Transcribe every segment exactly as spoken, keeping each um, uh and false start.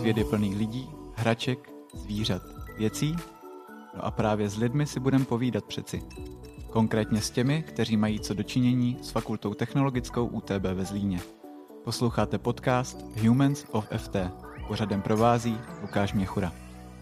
Svět je plný lidí, hraček, zvířat, věcí. No a právě s lidmi si budeme povídat přeci. Konkrétně s těmi, kteří mají co dočinění s Fakultou technologickou U T B ve Zlíně. Posloucháte podcast Humans of F T. Pořadem provází Lukáš Měchura.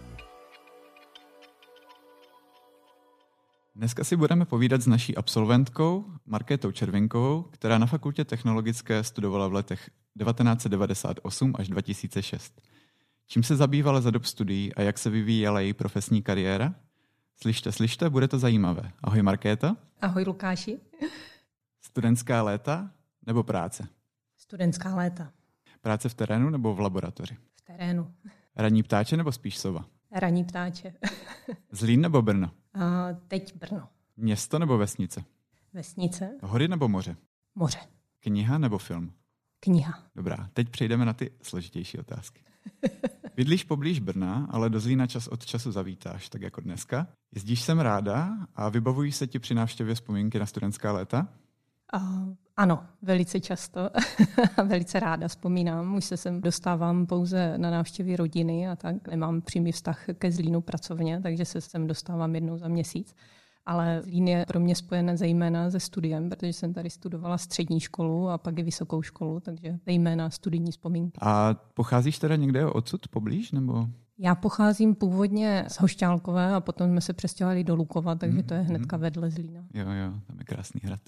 Dneska si budeme povídat s naší absolventkou Markétou Červinkovou, která na Fakultě technologické studovala v letech devatenáct set devadesát osm až dva tisíce šest. Čím se zabývala za dob studií a jak se vyvíjela její profesní kariéra? Slyšte, slyšte, bude to zajímavé. Ahoj Markéto. Ahoj Lukáši. Studentská léta nebo práce? Studentská léta. Práce v terénu nebo v laboratoři? V terénu. Ranní ptáče nebo spíš sova? Ranní ptáče. Zlín nebo Brno? A teď Brno. Město nebo vesnice? Vesnice. Hory nebo moře? Moře. Kniha nebo film? Kniha. Dobrá, teď přejdeme na ty složitější otázky. Bydlíš poblíž Brna, ale do Zlína čas od času zavítáš, tak jako dneska. Jezdíš sem ráda a vybavují se ti při návštěvě vzpomínky na studentská léta? Uh, ano, velice často a velice ráda vzpomínám. Už se sem dostávám pouze na návštěvy rodiny a tak. Nemám přímý vztah ke Zlínu pracovně, takže se sem dostávám jednou za měsíc. Ale Zlín je pro mě spojen zejména se studiem, protože jsem tady studovala střední školu a pak i vysokou školu, takže zejména studijní vzpomínky. A pocházíš teda někde odsud poblíž, nebo? Já pocházím původně z Hošťálkové a potom jsme se přestěhovali do Lukova, takže to je hnedka vedle Zlína. Jo, jo, tam je krásný hrad.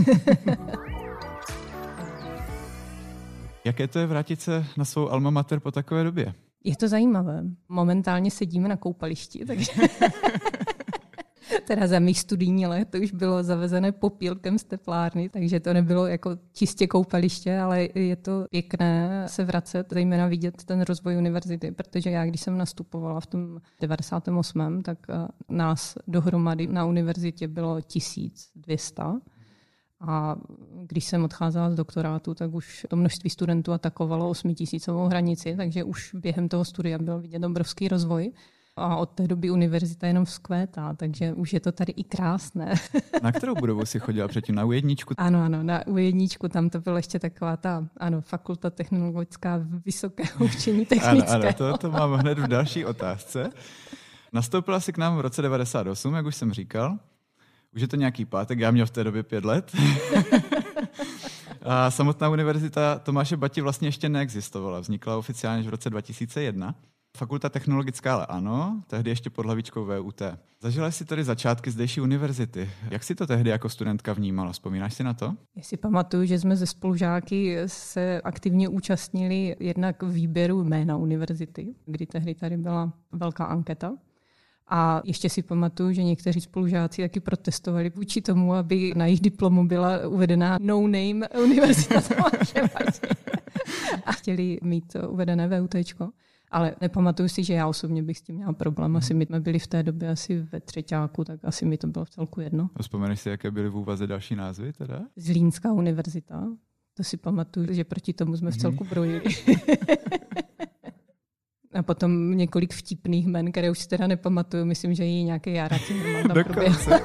Jaké to je vrátit se na svou alma mater po takové době? Je to zajímavé. Momentálně sedíme na koupališti, takže teda za mých studijních let to už bylo zavezené popílkem z teplárny, takže to nebylo jako čistě koupaliště, ale je to pěkné se vracet, zejména vidět ten rozvoj univerzity, protože já, když jsem nastupovala v tom devadesátém osmém, tak nás dohromady na univerzitě bylo tisíc dvě stě. A když jsem odcházela z doktorátu, tak už to množství studentů atakovalo osmitisícovou hranici, takže už během toho studia byl vidět obrovský rozvoj. A od té doby univerzita jenom vzkvétá, takže už je to tady i krásné. Na kterou budovu si chodila předtím? Na U jedna? Ano, ano, na U jedna, tam to byla ještě taková ta, ano, Fakulta technologická vysokého učení technické. Ano, ano, to, to mám hned v další otázce. Nastoupila si k nám v roce devadesát osm, jak už jsem říkal. Už je to nějaký pátek, já měl v té době pět let. A samotná univerzita Tomáše Bati vlastně ještě neexistovala. Vznikla oficiálně v roce dva tisíce jedna. Fakulta technologická, ale ano, tehdy ještě pod hlavičkou V U T. Zažila jsi tady začátky zdejší univerzity. Jak jsi to tehdy jako studentka vnímala? Vzpomínáš si na to? Já si pamatuju, že jsme ze spolužáky se aktivně účastnili jednak výběru jména univerzity, kdy tehdy tady byla velká anketa. A ještě si pamatuju, že někteří spolužáci taky protestovali vůči tomu, aby na jejich diplomu byla uvedená no name univerzita Tomáše Bati. A chtěli mít uvedené VUTčko. Ale nepamatuju si, že já osobně bych s tím měla problém. Asi my jsme byli v té době asi ve třeťáku, tak asi mi to bylo v celku jedno. A vzpomeneš si, jaké byly v úvaze další názvy teda? Zlínská univerzita. To si pamatuju, že proti tomu jsme v celku brojili. A potom několik vtipných jmen, které už si teda nepamatuju. Myslím, že jí nějaký Jára Cimrman tam proběhl.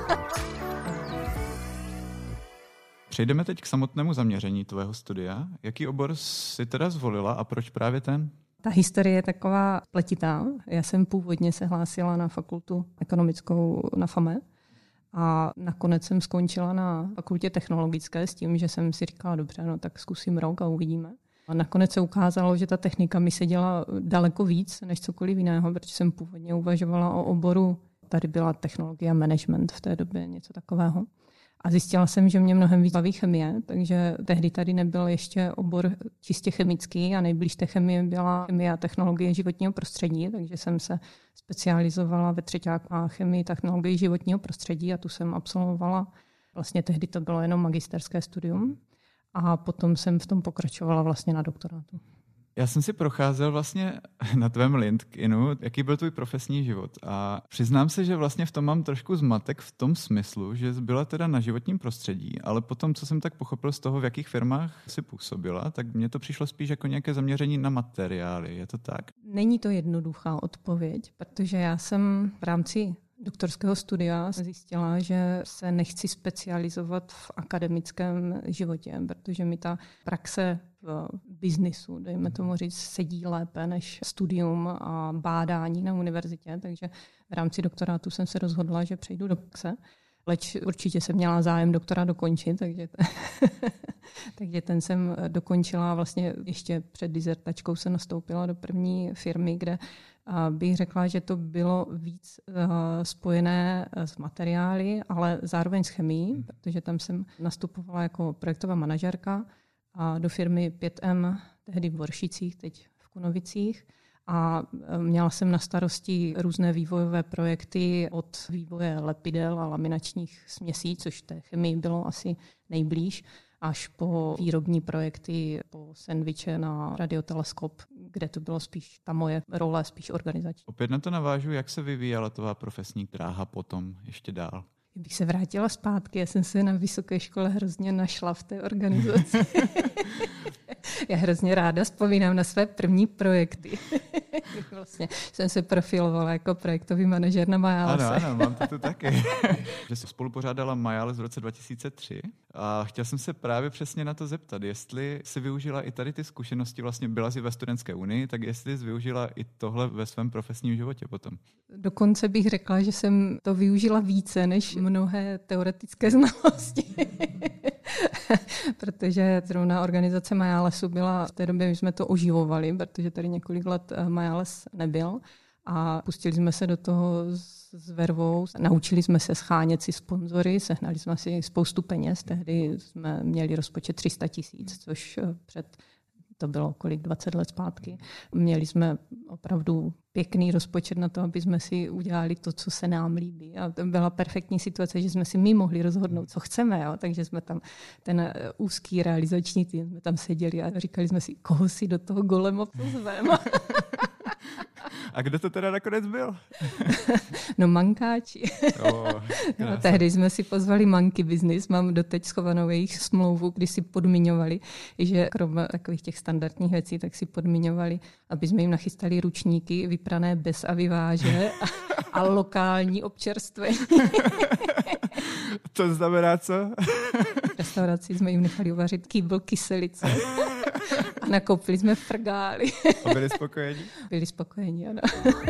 Přejdeme teď k samotnému zaměření tvého studia. Jaký obor jsi teda zvolila a proč právě ten? Ta historie je taková pletitá. Já jsem původně se hlásila na fakultu ekonomickou na FAME a nakonec jsem skončila na fakultě technologické s tím, že jsem si říkala, dobře, no tak zkusím rok a uvidíme. A nakonec se ukázalo, že ta technika mi seděla daleko víc než cokoliv jiného, protože jsem původně uvažovala o oboru, tady byla technologie a management v té době, něco takového. A zjistila jsem, že mě mnohem víc baví chemie, takže tehdy tady nebyl ještě obor čistě chemický a nejblíž té chemie byla chemie a technologie životního prostředí, takže jsem se specializovala ve třeťáku na chemii technologie životního prostředí a tu jsem absolvovala. Vlastně tehdy to bylo jenom magisterské studium a potom jsem v tom pokračovala vlastně na doktorátu. Já jsem si procházel vlastně na tvém LinkedInu, jaký byl tvůj profesní život. A přiznám se, že vlastně v tom mám trošku zmatek v tom smyslu, že byla teda na životním prostředí, ale potom, co jsem tak pochopil z toho, v jakých firmách si působila, tak mně to přišlo spíš jako nějaké zaměření na materiály. Je to tak? Není to jednoduchá odpověď, protože já jsem v rámci doktorského studia zjistila, že se nechci specializovat v akademickém životě, protože mi ta praxe v biznisu, dejme tomu říct, sedí lépe než studium a bádání na univerzitě, takže v rámci doktorátu jsem se rozhodla, že přejdu do praxe. Leč určitě jsem měla zájem doktora dokončit, takže, t- takže ten jsem dokončila. Vlastně ještě před dizertačkou jsem nastoupila do první firmy, kde bych řekla, že to bylo víc spojené s materiály, ale zároveň s chemií, protože tam jsem nastupovala jako projektová manažerka a do firmy pět em, tehdy v Voršicích, teď v Kunovicích. A měla jsem na starosti různé vývojové projekty od vývoje lepidel a laminačních směsí, což té chemii bylo asi nejblíž, až po výrobní projekty, po sendviče na radioteleskop, kde to bylo spíš ta moje role, spíš organizační. Opět na to navážu, jak se vyvíjela tvá profesní dráha potom ještě dál. Kdybych se vrátila zpátky, já jsem se na vysoké škole hrozně našla v té organizaci. Já hrozně ráda vzpomínám na své první projekty. Vlastně jsem se profilovala jako projektový manažer na Majálese. Ano, ano, mám to tu taky. Že jsi spolupořádala Majáles v roce dva tisíce tři a chtěl jsem se právě přesně na to zeptat, jestli jsi využila i tady ty zkušenosti, vlastně byla jsi ve studentské unii, tak jestli jsi využila i tohle ve svém profesním životě potom. Dokonce bych řekla, že jsem to využila více než mnohé teoretické znalosti. Protože zrovna organizace Majálesu byla v té době, my jsme to oživovali, protože tady několik let Majáles nebyl a pustili jsme se do toho s vervou, naučili jsme se schánět si sponzory, sehnali jsme si spoustu peněz, tehdy jsme měli rozpočet tři sta tisíc, což před to bylo kolik dvacet let zpátky. Měli jsme opravdu pěkný rozpočet na to, aby jsme si udělali to, co se nám líbí. A to byla perfektní situace, že jsme si my mohli rozhodnout, co chceme. Jo? Takže jsme tam, ten úzký realizační tým, jsme tam seděli a říkali jsme si, koho si do toho golema pozveme. A kdo to teda nakonec byl? No mankáči. Oh, no, tehdy jsme si pozvali Monkey Business, mám doteď schovanou jejich smlouvu, kdy si podmiňovali, že krom takových těch standardních věcí, tak si podmiňovali, aby jsme jim nachystali ručníky vyprané bez aviváže a, a lokální občerstvení. To znamená co? V restauraci jsme jim nechali uvařit kýbl kyselice. A nakoupili jsme frgály. A byli spokojení? Byli spokojení, ano.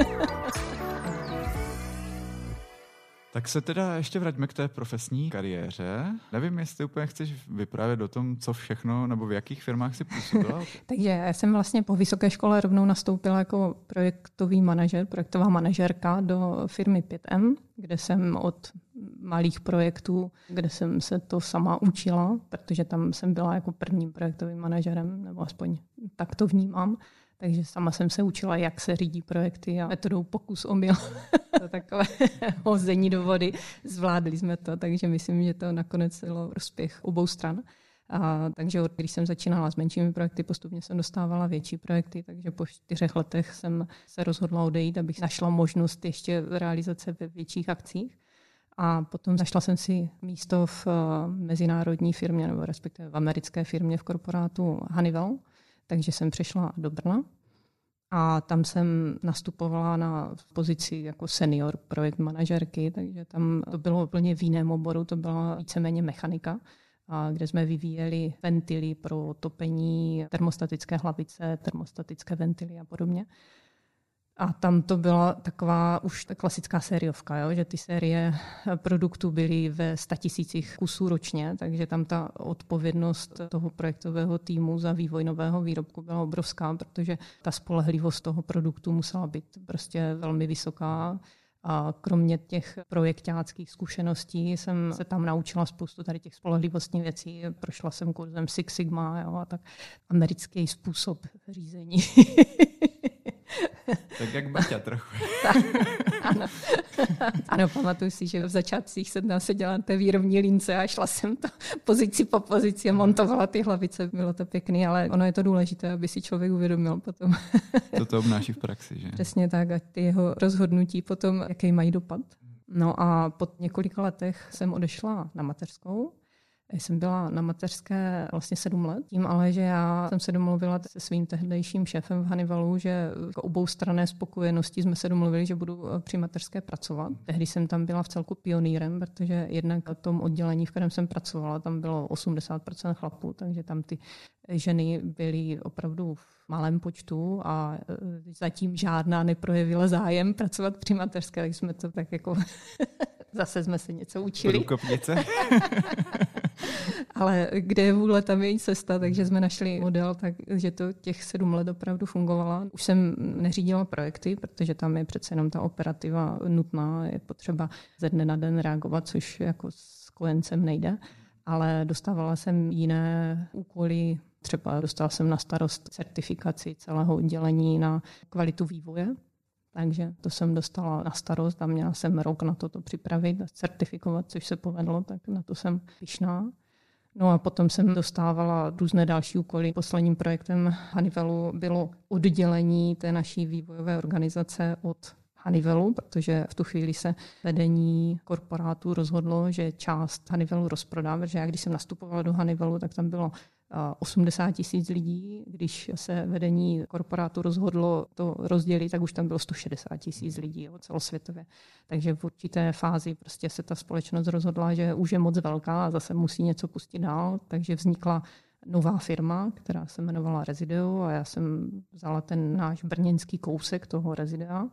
Tak se teda ještě vraťme k té profesní kariéře. Nevím, jestli úplně chceš vyprávět o tom, co všechno, nebo v jakých firmách si působila. Takže já jsem vlastně po vysoké škole rovnou nastoupila jako projektový manažer, projektová manažerka do firmy pět em, kde jsem od malých projektů, kde jsem se to sama učila, protože tam jsem byla jako prvním projektovým manažerem, nebo aspoň tak to vnímám. Takže sama jsem se učila, jak se řídí projekty a metodou pokus omyl. To takové hození do vody. Zvládli jsme to, takže myslím, že to nakonec bylo prospěch obou stran. A, takže když jsem začínala s menšími projekty, postupně jsem dostávala větší projekty, takže po čtyřech letech jsem se rozhodla odejít, abych našla možnost ještě realizace ve větších akcích. A potom zašla jsem si místo v mezinárodní firmě, nebo respektive v americké firmě v korporátu Honeywell, takže jsem přešla do Brna a tam jsem nastupovala na pozici jako senior projekt manažerky, takže tam to bylo úplně v jiném oboru, to byla víceméně mechanika, a kde jsme vyvíjeli ventily pro topení, termostatické hlavice, termostatické ventily a podobně. A tam to byla taková už ta klasická sériovka, jo? Že ty série produktů byly ve statisících kusů ročně, takže tam ta odpovědnost toho projektového týmu za vývoj nového výrobku byla obrovská, protože ta spolehlivost toho produktu musela být prostě velmi vysoká. A kromě těch projektáckých zkušeností jsem se tam naučila spoustu tady těch spolehlivostních věcí. Prošla jsem kurzem Six Sigma, jo? A tak americký způsob řízení. Tak jak Baťa trochu. Tak, ano. Ano, pamatuju si, že v začátcích jsem tam seděla na té výrobní lince a šla jsem to pozici po pozici a montovala ty hlavice. Bylo to pěkný, ale ono je to důležité, aby si člověk uvědomil potom. Co to obnáší v praxi, že? Přesně tak, a ty jeho rozhodnutí potom, jaký mají dopad. No a po několika letech jsem odešla na mateřskou Já jsem byla na mateřské vlastně sedm let, tím ale, že já jsem se domluvila se svým tehdejším šéfem v Honeyvallu, že k oboustranné spokojenosti jsme se domluvili, že budu při mateřské pracovat. Tehdy jsem tam byla v celku pionýrem, protože jednak v tom oddělení, v kterém jsem pracovala, tam bylo osmdesát procent chlapů, takže tam ty ženy byly opravdu v malém počtu a zatím žádná neprojevila zájem pracovat při mateřské, takže jsme to tak jako zase jsme se něco učili. Průkopnice. Ale kde je vůle, tam je i cesta, takže jsme našli model, takže to těch sedm let opravdu fungovala. Už jsem neřídila projekty, protože tam je přece jenom ta operativa nutná, je potřeba ze dne na den reagovat, což jako s kojencem nejde. Ale dostávala jsem jiné úkoly, třeba dostala jsem na starost certifikaci celého oddělení na kvalitu vývoje. Takže to jsem dostala na starost a měla jsem rok na to, to připravit a certifikovat, což se povedlo, tak na to jsem pyšná. No a potom jsem dostávala různé další úkoly. Posledním projektem Honeyvallu bylo oddělení té naší vývojové organizace od Honeyvallu, protože v tu chvíli se vedení korporátu rozhodlo, že část Honeyvallu rozprodá, protože já když jsem nastupovala do Honeyvallu, tak tam bylo osmdesát tisíc lidí. Když se vedení korporátu rozhodlo to rozdělit, tak už tam bylo sto šedesát tisíc lidí jo, celosvětově. Takže v určité fázi prostě se ta společnost rozhodla, že už je moc velká a zase musí něco pustit dál, takže vznikla nová firma, která se jmenovala Resideo a já jsem vzala ten náš brněnský kousek toho Residea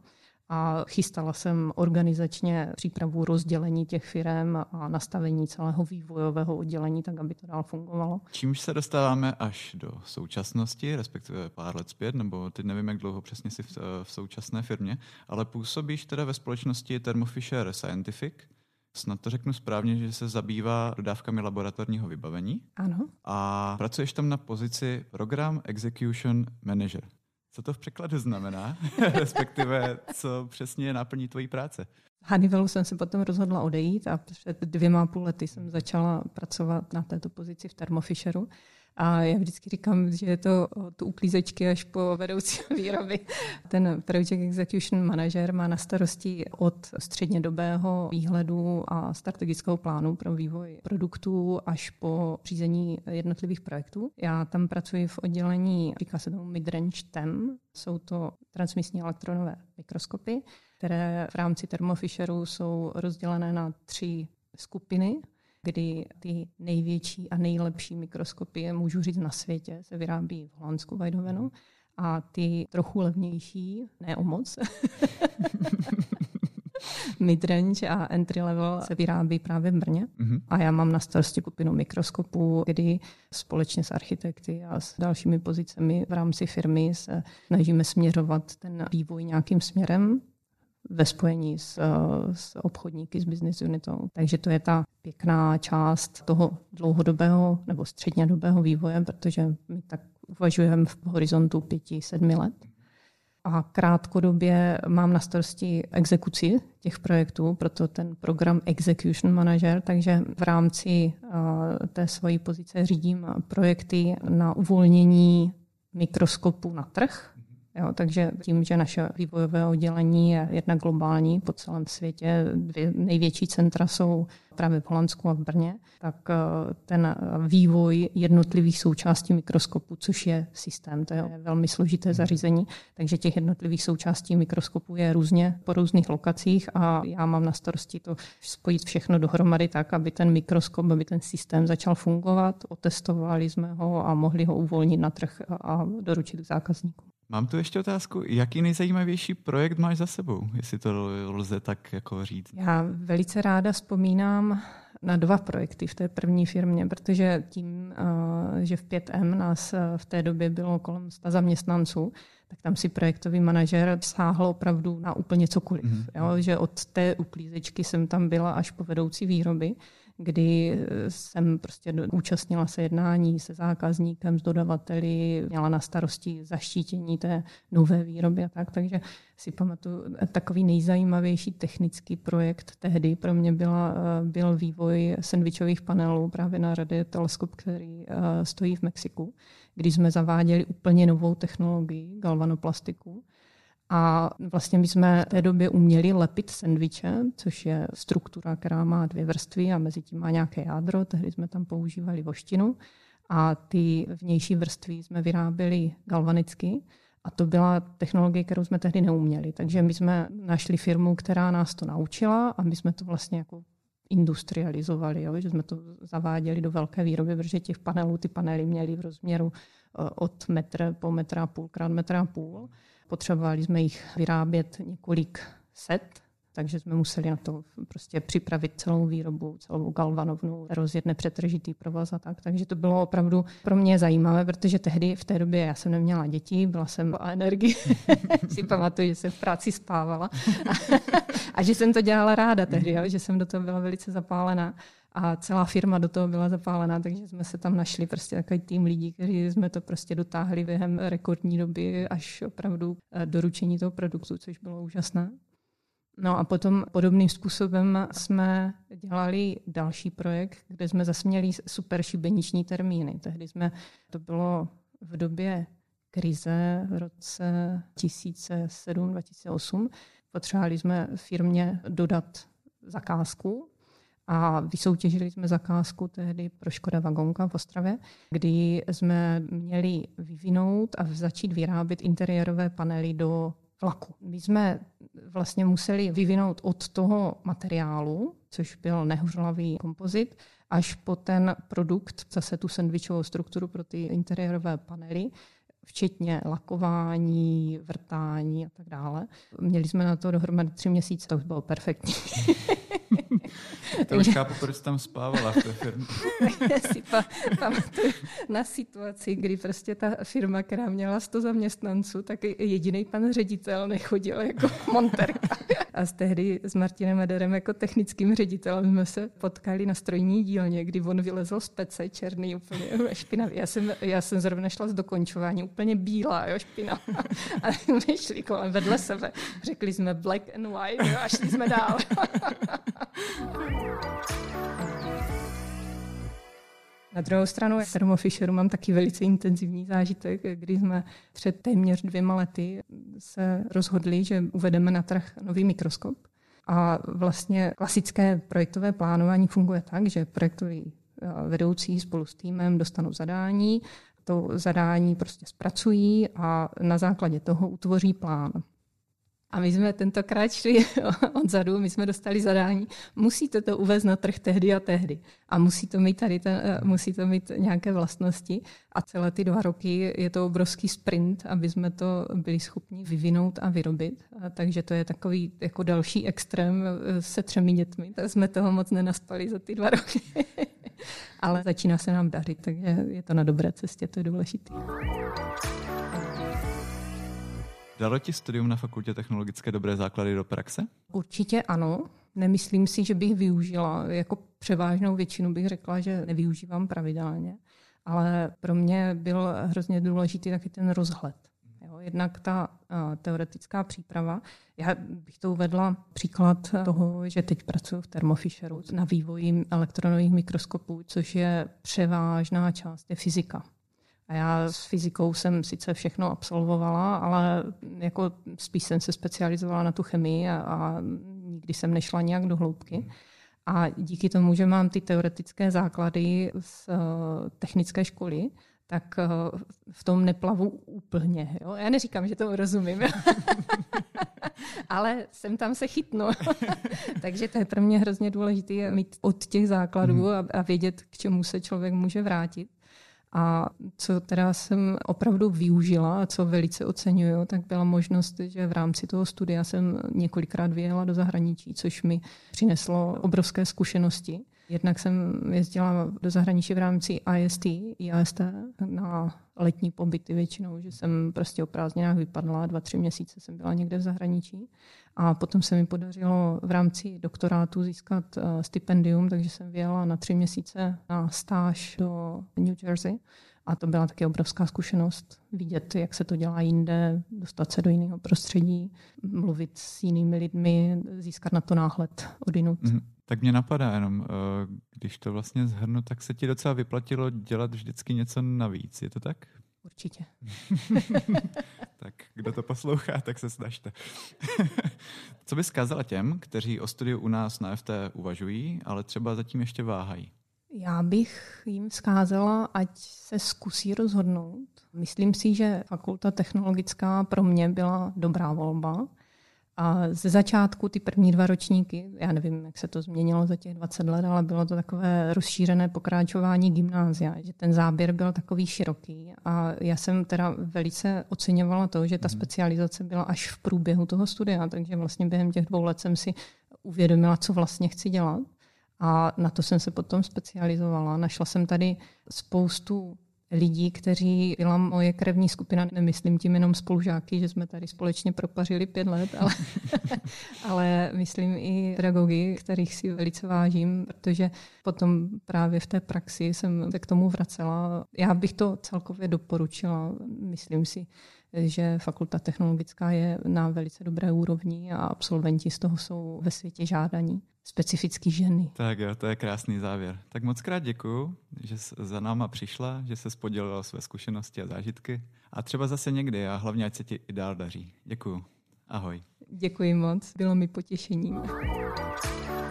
a chystala jsem organizačně přípravu rozdělení těch firem a nastavení celého vývojového oddělení, tak aby to dál fungovalo. Čímž se dostáváme až do současnosti, respektive pár let zpět, nebo teď nevím, jak dlouho přesně jsi v, v současné firmě, ale působíš teda ve společnosti Thermo Fisher Scientific. Snad to řeknu správně, že se zabývá dodávkami laboratorního vybavení. Ano. A pracuješ tam na pozici Program Execution Manager. Co to v překladu znamená? Respektive, co přesně je náplní tvojí práce? V Honeyvallu jsem se potom rozhodla odejít a před dvěma půl lety jsem začala pracovat na této pozici v Thermo Fisheru. A já vždycky říkám, že je to od uklízečky až po vedoucí výroby. Ten Project Execution Manager má na starosti od střednědobého výhledu a strategického plánu pro vývoj produktů až po řízení jednotlivých projektů. Já tam pracuji v oddělení, říká se tomu midrange T E M, jsou to transmisní elektronové mikroskopy, které v rámci Thermo Fisheru jsou rozdělené na tři skupiny, kdy ty největší a nejlepší mikroskopie, můžu říct na světě, se vyrábí v Holandsku, v Eindhovenu, a ty trochu levnější, ne o moc, midrange a entry level se vyrábí právě v Brně. Mm-hmm. A já mám na starosti skupinu mikroskopů, kdy společně s architekty a s dalšími pozicemi v rámci firmy se snažíme směřovat ten vývoj nějakým směrem ve spojení s, s obchodníky, s business unitou. Takže to je ta pěkná část toho dlouhodobého nebo střednědobého vývoje, protože my tak uvažujeme v horizontu pěti, sedmi let. A krátkodobě mám na starosti exekuci těch projektů, proto ten program Execution Manager, takže v rámci uh, té své pozice řídím projekty na uvolnění mikroskopu na trh. Jo, takže tím, že naše vývojové oddělení je jednak globální po celém světě, dvě největší centra jsou právě v Holandsku a v Brně, tak ten vývoj jednotlivých součástí mikroskopu, což je systém, to je velmi složité zařízení, takže těch jednotlivých součástí mikroskopu je různě po různých lokacích a já mám na starosti to spojit všechno dohromady tak, aby ten mikroskop, aby ten systém začal fungovat, otestovali jsme ho a mohli ho uvolnit na trh a doručit k zákazníkům. Mám tu ještě otázku, jaký nejzajímavější projekt máš za sebou, jestli to lze tak jako říct? Já velice ráda vzpomínám na dva projekty v té první firmě, protože tím, že v pět em nás v té době bylo kolem sta zaměstnanců, tak tam si projektový manažer sáhl opravdu na úplně cokoliv. Mm-hmm. Jo, že od té uklízečky jsem tam byla až po vedoucí výroby, kdy jsem prostě účastnila se jednání se zákazníkem, s dodavateli, měla na starosti zaštítění té nové výroby a tak. Takže si pamatuju, takový nejzajímavější technický projekt tehdy pro mě byla, byl vývoj sendvičových panelů právě na radioteleskop, který stojí v Mexiku, kdy jsme zaváděli úplně novou technologii, galvanoplastiku. A vlastně my jsme v té době uměli lepit sendviče, což je struktura, která má dvě vrstvy a mezi tím má nějaké jádro. Tehdy jsme tam používali voštinu a ty vnější vrstvy jsme vyráběli galvanicky. A to byla technologie, kterou jsme tehdy neuměli. Takže my jsme našli firmu, která nás to naučila a my jsme to vlastně jako industrializovali, jo? Že jsme to zaváděli do velké výroby, protože těch panelů, ty panely měly v rozměru od metr po metr a půl krát metr a půl. Potřebovali jsme jich vyrábět několik set, takže jsme museli na to prostě připravit celou výrobu, celou galvanovnu, rozjet nepřetržitý provoz a tak. Takže to bylo opravdu pro mě zajímavé, protože tehdy v té době já jsem neměla děti, byla jsem a energii. Si pamatuju, že jsem v práci spávala a, a že jsem to dělala ráda tehdy, jo? Že jsem do toho byla velice zapálená. A celá firma do toho byla zapálená, takže jsme se tam našli prostě takový tým lidí, kteří jsme to prostě dotáhli během rekordní doby až opravdu do ručení toho produktu, což bylo úžasné. No a potom podobným způsobem jsme dělali další projekt, kde jsme zase měli super šibeniční termíny. Tehdy jsme, to bylo v době krize v roce dva tisíce sedm dva tisíce osm. Potřebovali jsme firmě dodat zakázku a vysoutěžili jsme zakázku tehdy pro Škoda Vagonka v Ostravě, kdy jsme měli vyvinout a začít vyrábět interiérové panely do vlaku. My jsme vlastně museli vyvinout od toho materiálu, což byl nehořlavý kompozit, až po ten produkt, zase tu sendvičovou strukturu pro ty interiérové panely, včetně lakování, vrtání a tak dále. Měli jsme na to dohromady tři měsíce, to už bylo perfektní. To už chápu, proč jsi tam spávala v té firmě. Já si pamatuju na situaci, kdy prostě ta firma, která měla sto zaměstnanců, tak jediný pan ředitel nechodil jako montérka. A z tehdy s Martinem Ederem jako technickým ředitelem jsme se potkali na strojní dílně, kdy on vylezl z pece, černý, úplně špinavý. Já jsem, já jsem zrovna šla z dokončování, úplně bílá, jo, špinavá. A my šli kolem vedle sebe. Řekli jsme black and white, jo, a šli jsme dál. Na druhou stranu, v Thermo Fisheru mám taky velice intenzivní zážitek, kdy jsme před téměř dvěma lety se rozhodli, že uvedeme na trh nový mikroskop. A vlastně klasické projektové plánování funguje tak, že projektoví vedoucí spolu s týmem dostanou zadání, to zadání prostě zpracují a na základě toho utvoří plán. A my jsme tentokrát šli odzadu, my jsme dostali zadání, musíte to uvést na trh tehdy a tehdy. A musí to mít tady ten, musí to mít nějaké vlastnosti. A celé ty dva roky je to obrovský sprint, aby jsme to byli schopni vyvinout a vyrobit. A takže to je takový jako další extrém se třemi dětmi. Tak jsme toho moc nenaspali za ty dva roky. Ale začíná se nám dařit, takže je to na dobré cestě, to je důležité. Dalo ti studium na Fakultě technologické dobré základy do praxe? Určitě ano. Nemyslím si, že bych využila. Jako převážnou většinu bych řekla, že nevyužívám pravidelně. Ale pro mě byl hrozně důležitý taky ten rozhled. Jo, jednak ta uh, teoretická příprava. Já bych to uvedla příklad toho, že teď pracuji v Thermo Fisheru na vývoji elektronových mikroskopů, což je převážná část je fyzika. A já s fyzikou jsem sice všechno absolvovala, ale jako spíš jsem se specializovala na tu chemii a, a nikdy jsem nešla nějak do hloubky. A díky tomu, že mám ty teoretické základy z uh, technické školy, tak uh, v tom neplavu úplně. Jo? Já neříkám, že to rozumím, ale jsem tam se chytnu. Takže to je pro mě hrozně důležité mít od těch základů a, a vědět, k čemu se člověk může vrátit. A co teda jsem opravdu využila a co velice oceňuju, tak byla možnost, že v rámci toho studia jsem několikrát vyjela do zahraničí, což mi přineslo obrovské zkušenosti. Jednak jsem jezdila do zahraničí v rámci I S T, I A S T na letní pobyty většinou, že jsem prostě o prázdninách vypadla, dva, tři měsíce jsem byla někde v zahraničí. A potom se mi podařilo v rámci doktorátu získat stipendium, takže jsem vyjela na tři měsíce na stáž do New Jersey. A to byla taky obrovská zkušenost vidět, jak se to dělá jinde, dostat se do jiného prostředí, mluvit s jinými lidmi, získat na to náhled odinut. Mm, tak mě napadá jenom, když to vlastně shrnu, tak se ti docela vyplatilo dělat vždycky něco navíc, je to tak? Určitě. tak kdo to poslouchá, tak se snažte. Co bys vzkázala těm, kteří o studiu u nás na F T uvažují, ale třeba zatím ještě váhají? Já bych jim vzkázala, ať se zkusí rozhodnout. Myslím si, že fakulta technologická pro mě byla dobrá volba. A ze začátku ty první dva ročníky, já nevím, jak se to změnilo za těch dvacet let, ale bylo to takové rozšířené pokračování gymnázia, že ten záběr byl takový široký a já jsem teda velice oceňovala to, že ta specializace byla až v průběhu toho studia, takže vlastně během těch dvou let jsem si uvědomila, co vlastně chci dělat a na to jsem se potom specializovala. Našla jsem tady spoustu lidí, kteří byla moje krevní skupina, nemyslím tím jenom spolužáky, že jsme tady společně propařili pět let, ale, ale myslím i pedagogy, kterých si velice vážím, protože potom právě v té praxi jsem se k tomu vracela. Já bych to celkově doporučila, myslím si, že fakulta technologická je na velice dobré úrovni a absolventi z toho jsou ve světě žádaní. Specificky ženy. Tak jo, to je krásný závěr. Tak moc krát děkuju, že jsi za náma přišla, že se podělila své zkušenosti a zážitky. A třeba zase někdy a hlavně, ať se ti i dál daří. Děkuju. Ahoj. Děkuji moc, bylo mi potěšením.